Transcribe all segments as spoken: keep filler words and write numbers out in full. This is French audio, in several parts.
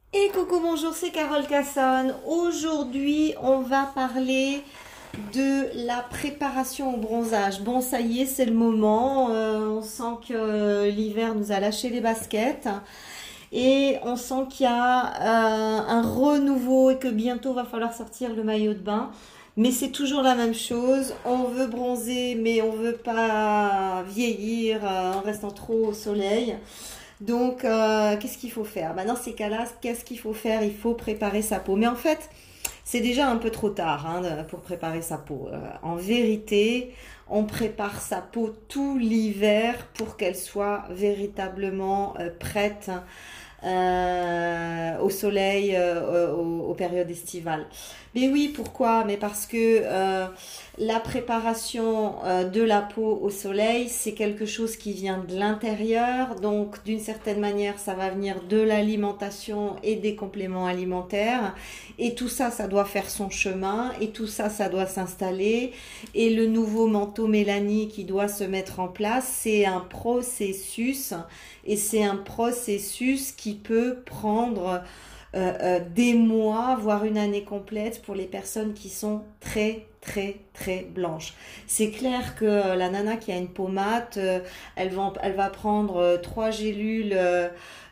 Et coucou, bonjour, c'est Carole Cassonne. Aujourd'hui, on va parler de la préparation au bronzage. Bon, ça y est, c'est le moment. Euh, on sent que l'hiver nous a lâché les baskets et on sent qu'il y a euh, un renouveau et que bientôt va falloir sortir le maillot de bain. Mais c'est toujours la même chose. On veut bronzer, mais on veut pas vieillir euh, en restant trop au soleil. Donc, euh, qu'est-ce qu'il faut faire? Bah, dans ces cas-là, qu'est-ce qu'il faut faire? Il faut préparer sa peau. Mais en fait, c'est déjà un peu trop tard hein, pour préparer sa peau. Euh, en vérité, on prépare sa peau tout l'hiver pour qu'elle soit véritablement euh, prête euh, au soleil, euh, aux, aux périodes estivales. Mais oui, pourquoi? Mais parce que euh, la préparation euh, de la peau au soleil, c'est quelque chose qui vient de l'intérieur. Donc, d'une certaine manière, ça va venir de l'alimentation et des compléments alimentaires. Et tout ça, ça doit faire son chemin. Et tout ça, ça doit s'installer. Et le nouveau manteau Mélanie qui doit se mettre en place, c'est un processus. Et c'est un processus qui peut prendre euh, euh, des mois, voire une année complète pour les personnes qui sont très très très blanches. C'est clair que euh, la nana qui a une peau mate, euh, elle, va, elle va prendre euh, trois gélules euh,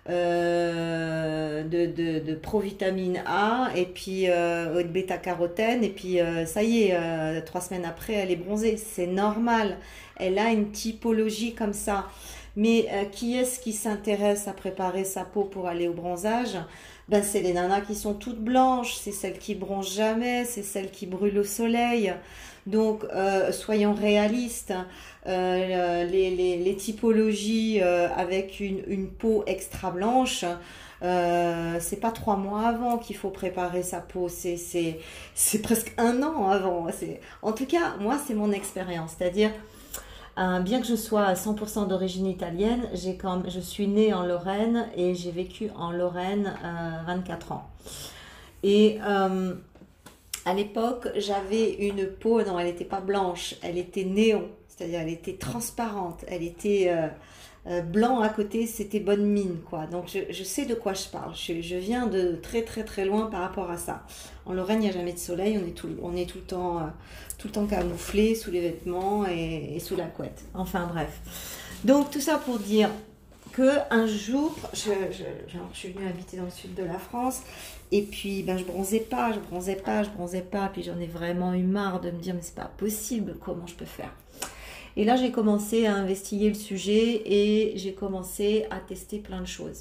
euh, de, de, de provitamine A et puis euh, de bêta-carotène et puis euh, ça y est, euh, trois semaines après elle est bronzée. C'est normal. Elle a une typologie comme ça. Mais euh, qui est-ce qui s'intéresse à préparer sa peau pour aller au bronzage? Ben, c'est les nanas qui sont toutes blanches, c'est celles qui bronzent jamais, c'est celles qui brûlent au soleil. Donc, euh, soyons réalistes. Euh, les, les, les typologies euh, avec une, une peau extra blanche, euh, c'est pas trois mois avant qu'il faut préparer sa peau, c'est c'est c'est presque un an avant. C'est, en tout cas, moi, c'est mon expérience, c'est-à-dire euh, bien que je sois à cent pour cent d'origine italienne, j'ai quand, je suis née en Lorraine et j'ai vécu en Lorraine euh, vingt-quatre ans. Et euh, à l'époque, j'avais une peau, non, elle n'était pas blanche, elle était néon, c'est-à-dire elle était transparente, elle était euh, euh, blanc à côté, c'était bonne mine, quoi. Donc je, je sais de quoi je parle. Je, je viens de très très très loin par rapport à ça. En Lorraine, il n'y a jamais de soleil, on est tout, on est tout le temps, euh, tout le temps camouflé sous les vêtements et, et sous la couette. Enfin bref. Donc tout ça pour dire que un jour, je, je, je, je suis venue habiter dans le sud de la France et puis ben, je bronzais pas, je bronzais pas, je bronzais pas. Puis j'en ai vraiment eu marre de me dire mais c'est pas possible, comment je peux faire? Et là, j'ai commencé à investiguer le sujet et j'ai commencé à tester plein de choses.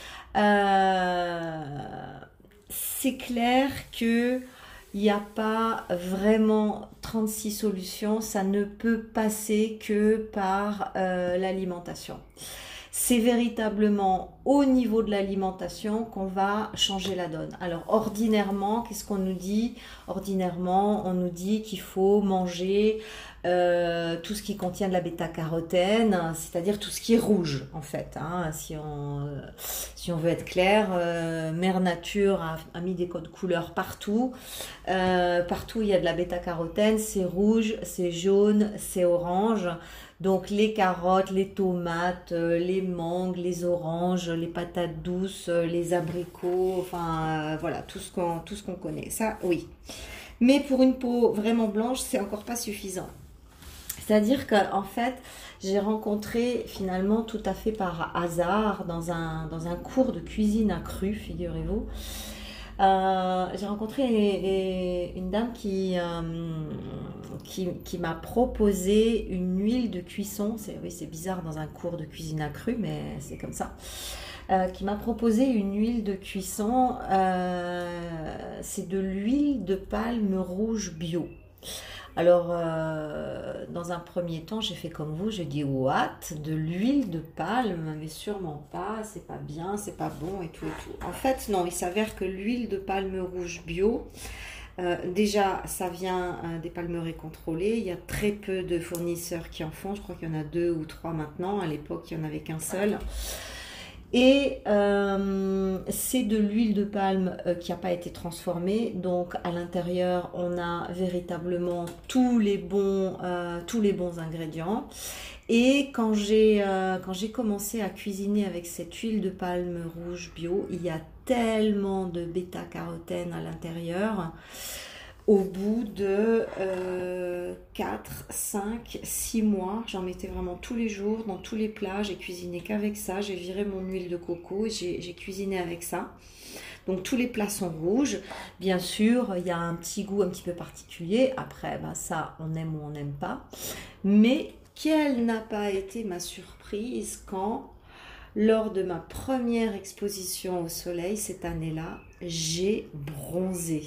Euh, c'est clair que il n'y a pas vraiment trente-six solutions, ça ne peut passer que par euh, l'alimentation. C'est véritablement au niveau de l'alimentation qu'on va changer la donne. Alors ordinairement, qu'est-ce qu'on nous dit? Ordinairement, on nous dit qu'il faut manger euh, tout ce qui contient de la bêta-carotène, c'est-à-dire tout ce qui est rouge en fait. Hein, si, on, euh, si on veut être clair, euh, Mère Nature a, a mis des codes couleurs partout. Euh, partout il y a de la bêta-carotène, c'est rouge, c'est jaune, c'est orange. Donc les carottes, les tomates, les mangues, les oranges, les patates douces, les abricots, enfin euh, voilà, tout ce qu'on tout ce qu'on connaît. Ça, oui. Mais pour une peau vraiment blanche, c'est encore pas suffisant. C'est-à-dire qu'en fait, j'ai rencontré finalement tout à fait par hasard dans un, dans un cours de cuisine accrue, figurez-vous, euh, j'ai rencontré une dame qui, euh, qui, qui m'a proposé une huile de cuisson. C'est, oui, c'est bizarre dans un cours de cuisine accrue, mais c'est comme ça. Euh, qui m'a proposé une huile de cuisson. Euh, c'est de l'huile de palme rouge bio. Alors, euh, dans un premier temps, j'ai fait comme vous, j'ai dit what? De l'huile de palme? Mais sûrement pas, c'est pas bien, c'est pas bon et tout et tout. En fait, non, il s'avère que l'huile de palme rouge bio, euh, déjà, ça vient euh, des palmeraies contrôlées. Il y a très peu de fournisseurs qui en font. Je crois qu'il y en a deux ou trois maintenant. À l'époque, il n'y en avait qu'un seul. Et euh, c'est de l'huile de palme euh, qui n'a pas été transformée. Donc à l'intérieur, on a véritablement tous les bons, euh, tous les bons ingrédients. Et quand j'ai euh, quand j'ai commencé à cuisiner avec cette huile de palme rouge bio, il y a tellement de bêta-carotène à l'intérieur. Au bout de euh, quatre, cinq, six mois, j'en mettais vraiment tous les jours, dans tous les plats. J'ai cuisiné qu'avec ça. J'ai viré mon huile de coco et j'ai cuisiné avec ça. Donc tous les plats sont rouges. Bien sûr, il y a un petit goût un petit peu particulier. Après, ben, ça, on aime ou on n'aime pas. Mais quelle n'a pas été ma surprise quand, lors de ma première exposition au soleil cette année-là, j'ai bronzé.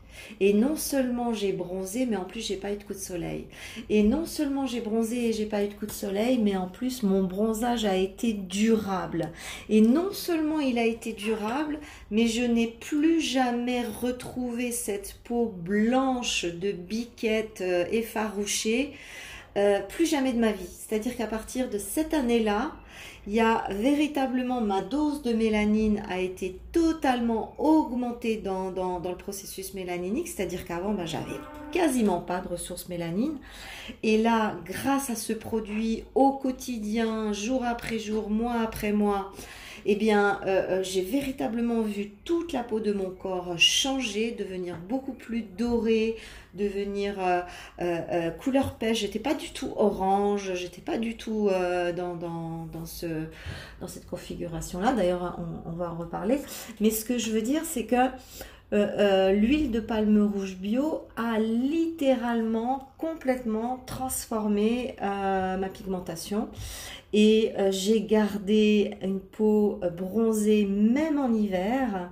Et non seulement j'ai bronzé, mais en plus j'ai pas eu de coup de soleil. Et non seulement j'ai bronzé et j'ai pas eu de coup de soleil, mais en plus mon bronzage a été durable. Et non seulement il a été durable, mais je n'ai plus jamais retrouvé cette peau blanche de biquette euh, effarouchée, euh, plus jamais de ma vie. C'est-à-dire qu'à partir de cette année-là, il y a véritablement, ma dose de mélanine a été totalement augmentée dans, dans, dans le processus mélaninique, c'est-à-dire qu'avant, ben, j'avais quasiment pas de ressources mélanines. Et là, grâce à ce produit au quotidien, jour après jour, mois après mois, eh bien, euh, j'ai véritablement vu toute la peau de mon corps changer, devenir beaucoup plus dorée, devenir euh, euh, euh, couleur pêche. J'étais pas du tout orange, j'étais pas du tout euh, dans, dans, dans, ce, dans cette configuration-là. D'ailleurs, on, on va en reparler. Mais ce que je veux dire, c'est que Euh, euh, l'huile de palme rouge bio a littéralement complètement transformé euh, ma pigmentation et euh, j'ai gardé une peau bronzée même en hiver.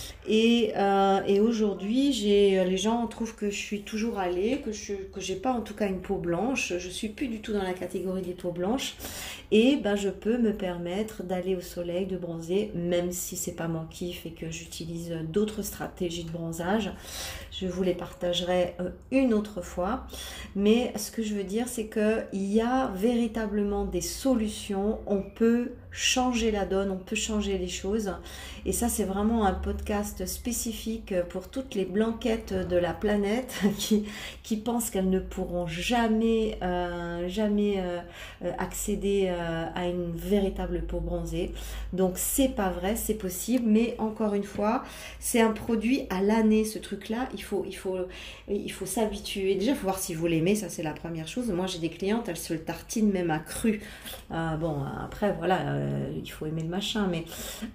Et, euh, et aujourd'hui, j'ai, les gens trouvent que je suis toujours allée, que je que j'ai pas en tout cas une peau blanche. Je suis plus du tout dans la catégorie des peaux blanches. Et ben, je peux me permettre d'aller au soleil, de bronzer, même si c'est pas mon kiff et que j'utilise d'autres stratégies de bronzage. Je vous les partagerai une autre fois. Mais ce que je veux dire, c'est qu'il y a véritablement des solutions. On peut changer la donne, on peut changer les choses. Et ça, c'est vraiment un podcast spécifique pour toutes les blanquettes de la planète qui, qui pensent qu'elles ne pourront jamais, euh, jamais euh, accéder euh, à une véritable peau bronzée. Donc, c'est pas vrai, c'est possible. Mais encore une fois, c'est un produit à l'année, ce truc-là. Il faut, il faut, il faut s'habituer. Déjà, il faut voir si vous l'aimez. Ça, c'est la première chose. Moi, j'ai des clientes, elles se le tartinent même à cru. Euh, bon, après, voilà, euh, il faut aimer le machin, mais...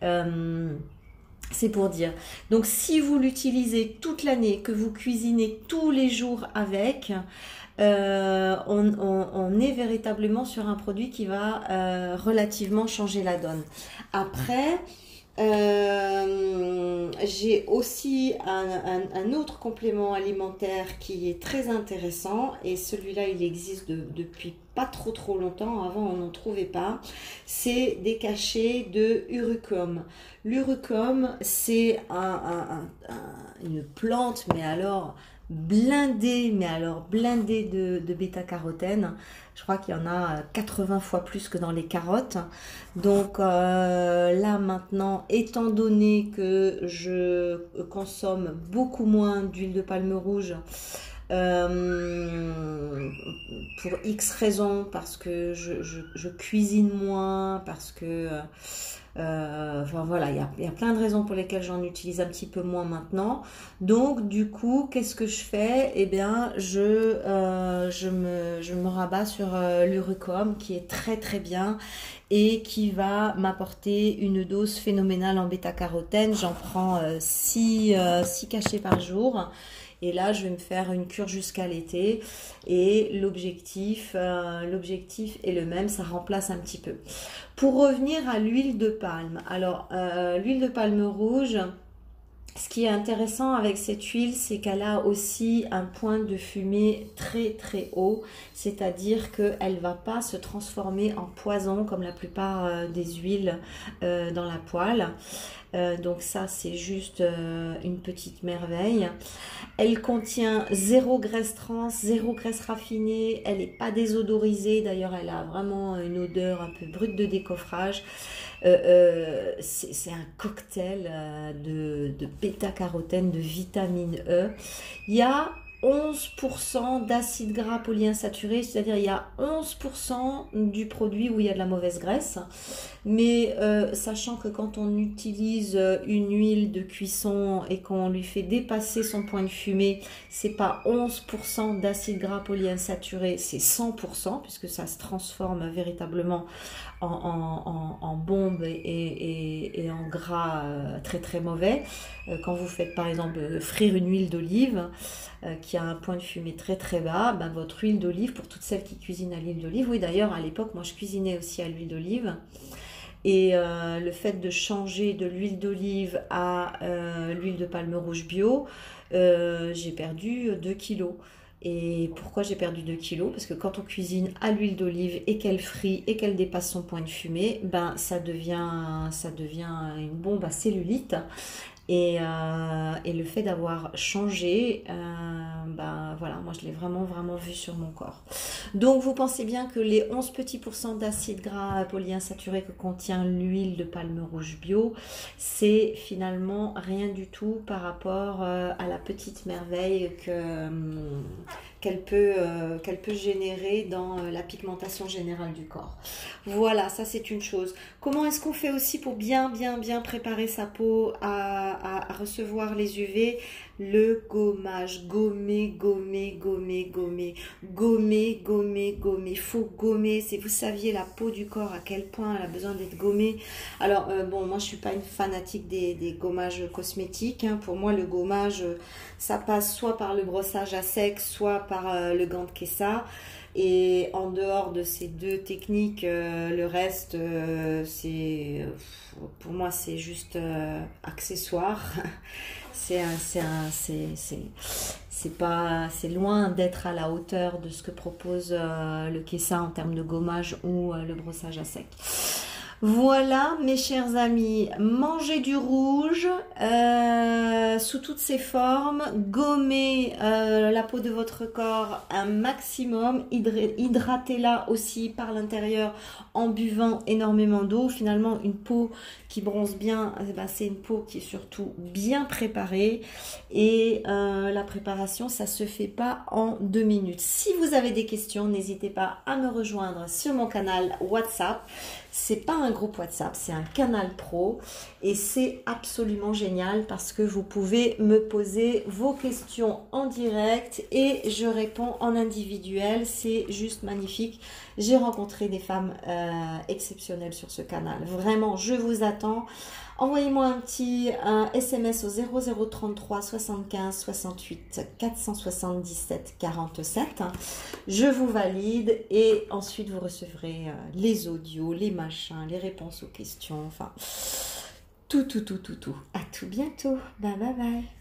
Euh, c'est pour dire. Donc, si vous l'utilisez toute l'année, que vous cuisinez tous les jours avec, euh, on, on, on est véritablement sur un produit qui va euh, relativement changer la donne. Après, euh, j'ai aussi un, un, un autre complément alimentaire qui est très intéressant et celui-là, il existe de, depuis pas trop trop longtemps, avant on n'en trouvait pas, c'est des cachets de urucum. L'urucum, c'est un, un, un, un, une plante, mais alors blindée, mais alors blindée de, de bêta-carotène. Je crois qu'il y en a quatre-vingts fois plus que dans les carottes. Donc euh, là maintenant, étant donné que je consomme beaucoup moins d'huile de palme rouge, Euh, pour X raisons, parce que je, je, je cuisine moins, parce que euh, enfin voilà, il y a, y a plein de raisons pour lesquelles j'en utilise un petit peu moins maintenant. Donc du coup, qu'est-ce que je fais? Eh bien, je, euh, je, me, je me rabats sur euh, l'urucum qui est très très bien et qui va m'apporter une dose phénoménale en bêta-carotène. J'en prends six cachets par jour. Et là, je vais me faire une cure jusqu'à l'été. Et l'objectif, euh, l'objectif est le même, ça remplace un petit peu. Pour revenir à l'huile de palme. Alors, euh, l'huile de palme rouge, ce qui est intéressant avec cette huile, c'est qu'elle a aussi un point de fumée très très haut. C'est-à-dire qu'elle ne va pas se transformer en poison comme la plupart des huiles euh, dans la poêle. Euh, donc ça, c'est juste euh, une petite merveille. Elle contient zéro graisse trans, zéro graisse raffinée. Elle n'est pas désodorisée. D'ailleurs, elle a vraiment une odeur un peu brute de décoffrage. Euh, euh, c'est un cocktail euh, de, de bêta-carotène, de vitamine E. Il y a onze pour cent d'acide gras polyinsaturé, c'est-à-dire il y a onze pour cent du produit où il y a de la mauvaise graisse. Mais euh, sachant que quand on utilise une huile de cuisson et qu'on lui fait dépasser son point de fumée, c'est pas onze pour cent d'acide gras polyinsaturé, c'est cent pour cent puisque ça se transforme véritablement en, en, en, en bombe et, et, et en gras euh, très très mauvais. Euh, quand vous faites par exemple frire une huile d'olive euh, qui a un point de fumée très très bas, ben, votre huile d'olive, pour toutes celles qui cuisinent à l'huile d'olive, oui d'ailleurs à l'époque moi je cuisinais aussi à l'huile d'olive, et euh, le fait de changer de l'huile d'olive à euh, l'huile de palme rouge bio, euh, j'ai perdu deux kilos. Et pourquoi j'ai perdu deux kilos? Parce que quand on cuisine à l'huile d'olive et qu'elle frit et qu'elle dépasse son point de fumée, ben ça devient, ça devient une bombe à cellulite. Et, euh, et le fait d'avoir changé, euh, ben voilà, moi je l'ai vraiment vraiment vu sur mon corps. Donc vous pensez bien que les onze petits pourcents d'acide gras polyinsaturé que contient l'huile de palme rouge bio, c'est finalement rien du tout par rapport euh, à la petite merveille que euh, qu'elle peut, euh, qu'elle peut générer dans euh, la pigmentation générale du corps. Voilà, ça c'est une chose. Comment est-ce qu'on fait aussi pour bien bien bien préparer sa peau à, à, à recevoir les U V? Le gommage, gommer, gommer, gommer, gommer, gommer, gommer, gommer. Faut gommer. Si vous saviez la peau du corps à quel point elle a besoin d'être gommée. Alors euh, bon, moi je suis pas une fanatique des, des gommages cosmétiques. Hein. Pour moi le gommage, ça passe soit par le brossage à sec, soit par euh, le gant de Kessa. Et en dehors de ces deux techniques, euh, le reste, euh, c'est, pour moi, c'est juste euh, accessoire. C'est c'est c'est c'est pas, c'est loin d'être à la hauteur de ce que propose euh, le Kessa en termes de gommage ou euh, le brossage à sec. Voilà mes chers amis, mangez du rouge euh, sous toutes ses formes, gommez euh, la peau de votre corps un maximum, hydratez-la aussi par l'intérieur en buvant énormément d'eau. Finalement une peau qui bronze bien, eh ben, c'est une peau qui est surtout bien préparée, et euh, la préparation ça se fait pas en deux minutes. Si vous avez des questions, n'hésitez pas à me rejoindre sur mon canal WhatsApp. C'est pas un groupe WhatsApp, c'est un canal pro, et c'est absolument génial parce que vous pouvez me poser vos questions en direct et je réponds en individuel. C'est juste magnifique. J'ai rencontré des femmes euh, exceptionnelles sur ce canal. Vraiment, je vous attends. Envoyez-moi un petit un S M S au zéro zéro trente-trois soixante-quinze soixante-huit quatre cent soixante-dix-sept quarante-sept. Je vous valide et ensuite vous recevrez euh, les audios, les machins, les réponses aux questions, enfin tout, tout, tout, tout, tout. À tout bientôt. Bye, bye, bye.